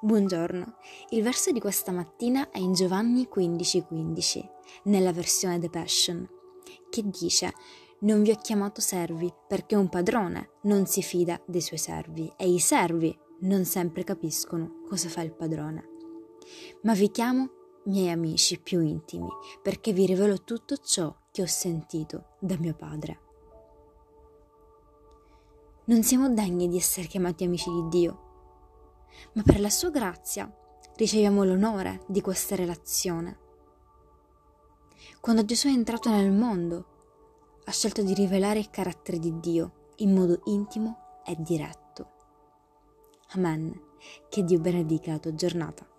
Buongiorno, il verso di questa mattina è in Giovanni 15,15, nella versione The Passion, che dice: «Non vi ho chiamato servi, perché un padrone non si fida dei suoi servi e i servi non sempre capiscono cosa fa il padrone. Ma vi chiamo miei amici più intimi, perché vi rivelo tutto ciò che ho sentito da mio padre». Non siamo degni di essere chiamati amici di Dio, ma per la sua grazia riceviamo l'onore di questa relazione. Quando Gesù è entrato nel mondo, ha scelto di rivelare il carattere di Dio in modo intimo e diretto. Amen. Che Dio benedica la tua giornata.